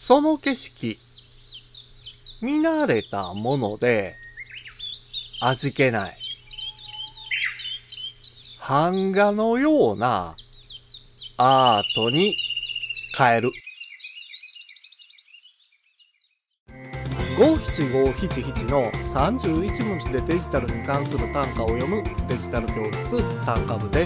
その景色、見慣れたもので味気ない。版画のようなアートに変える。57577の31文字でデジタルに関する単価を読むデジタル教室単価部です。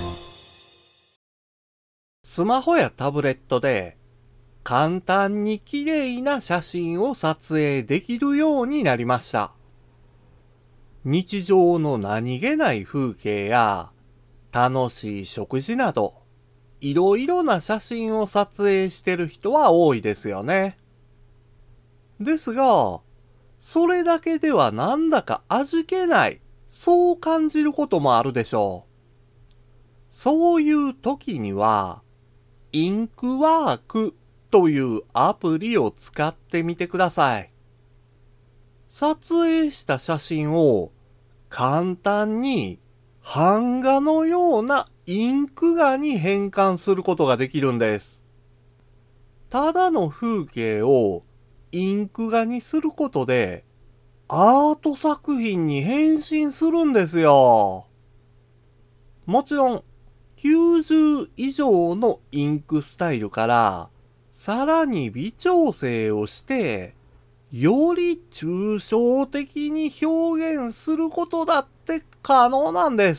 スマホやタブレットで簡単に綺麗な写真を撮影できるようになりました。日常の何気ない風景や楽しい食事など、いろいろな写真を撮影してる人は多いですよね。ですが、それだけではなんだか味気ない、そう感じることもあるでしょう。そういう時には、インクワークというアプリを使ってみてください。撮影した写真を簡単に版画のようなインク画に変換することができるんです。ただの風景をインク画にすることでアート作品に変身するんですよ。もちろん90以上のインクスタイルからさらに微調整をしてより抽象的に表現することだって可能なんです。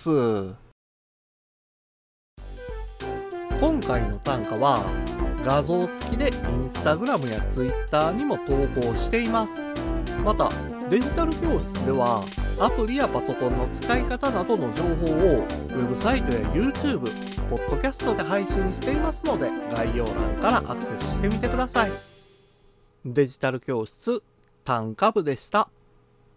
今回の単価は画像付きでインスタグラムやツイッターにも投稿しています。またデジタル教室ではアプリやパソコンの使い方などの情報をウェブサイトや YouTube、ポッドキャストで配信していますので概要欄からアクセスしてみてください。デジタル教室単価部でした。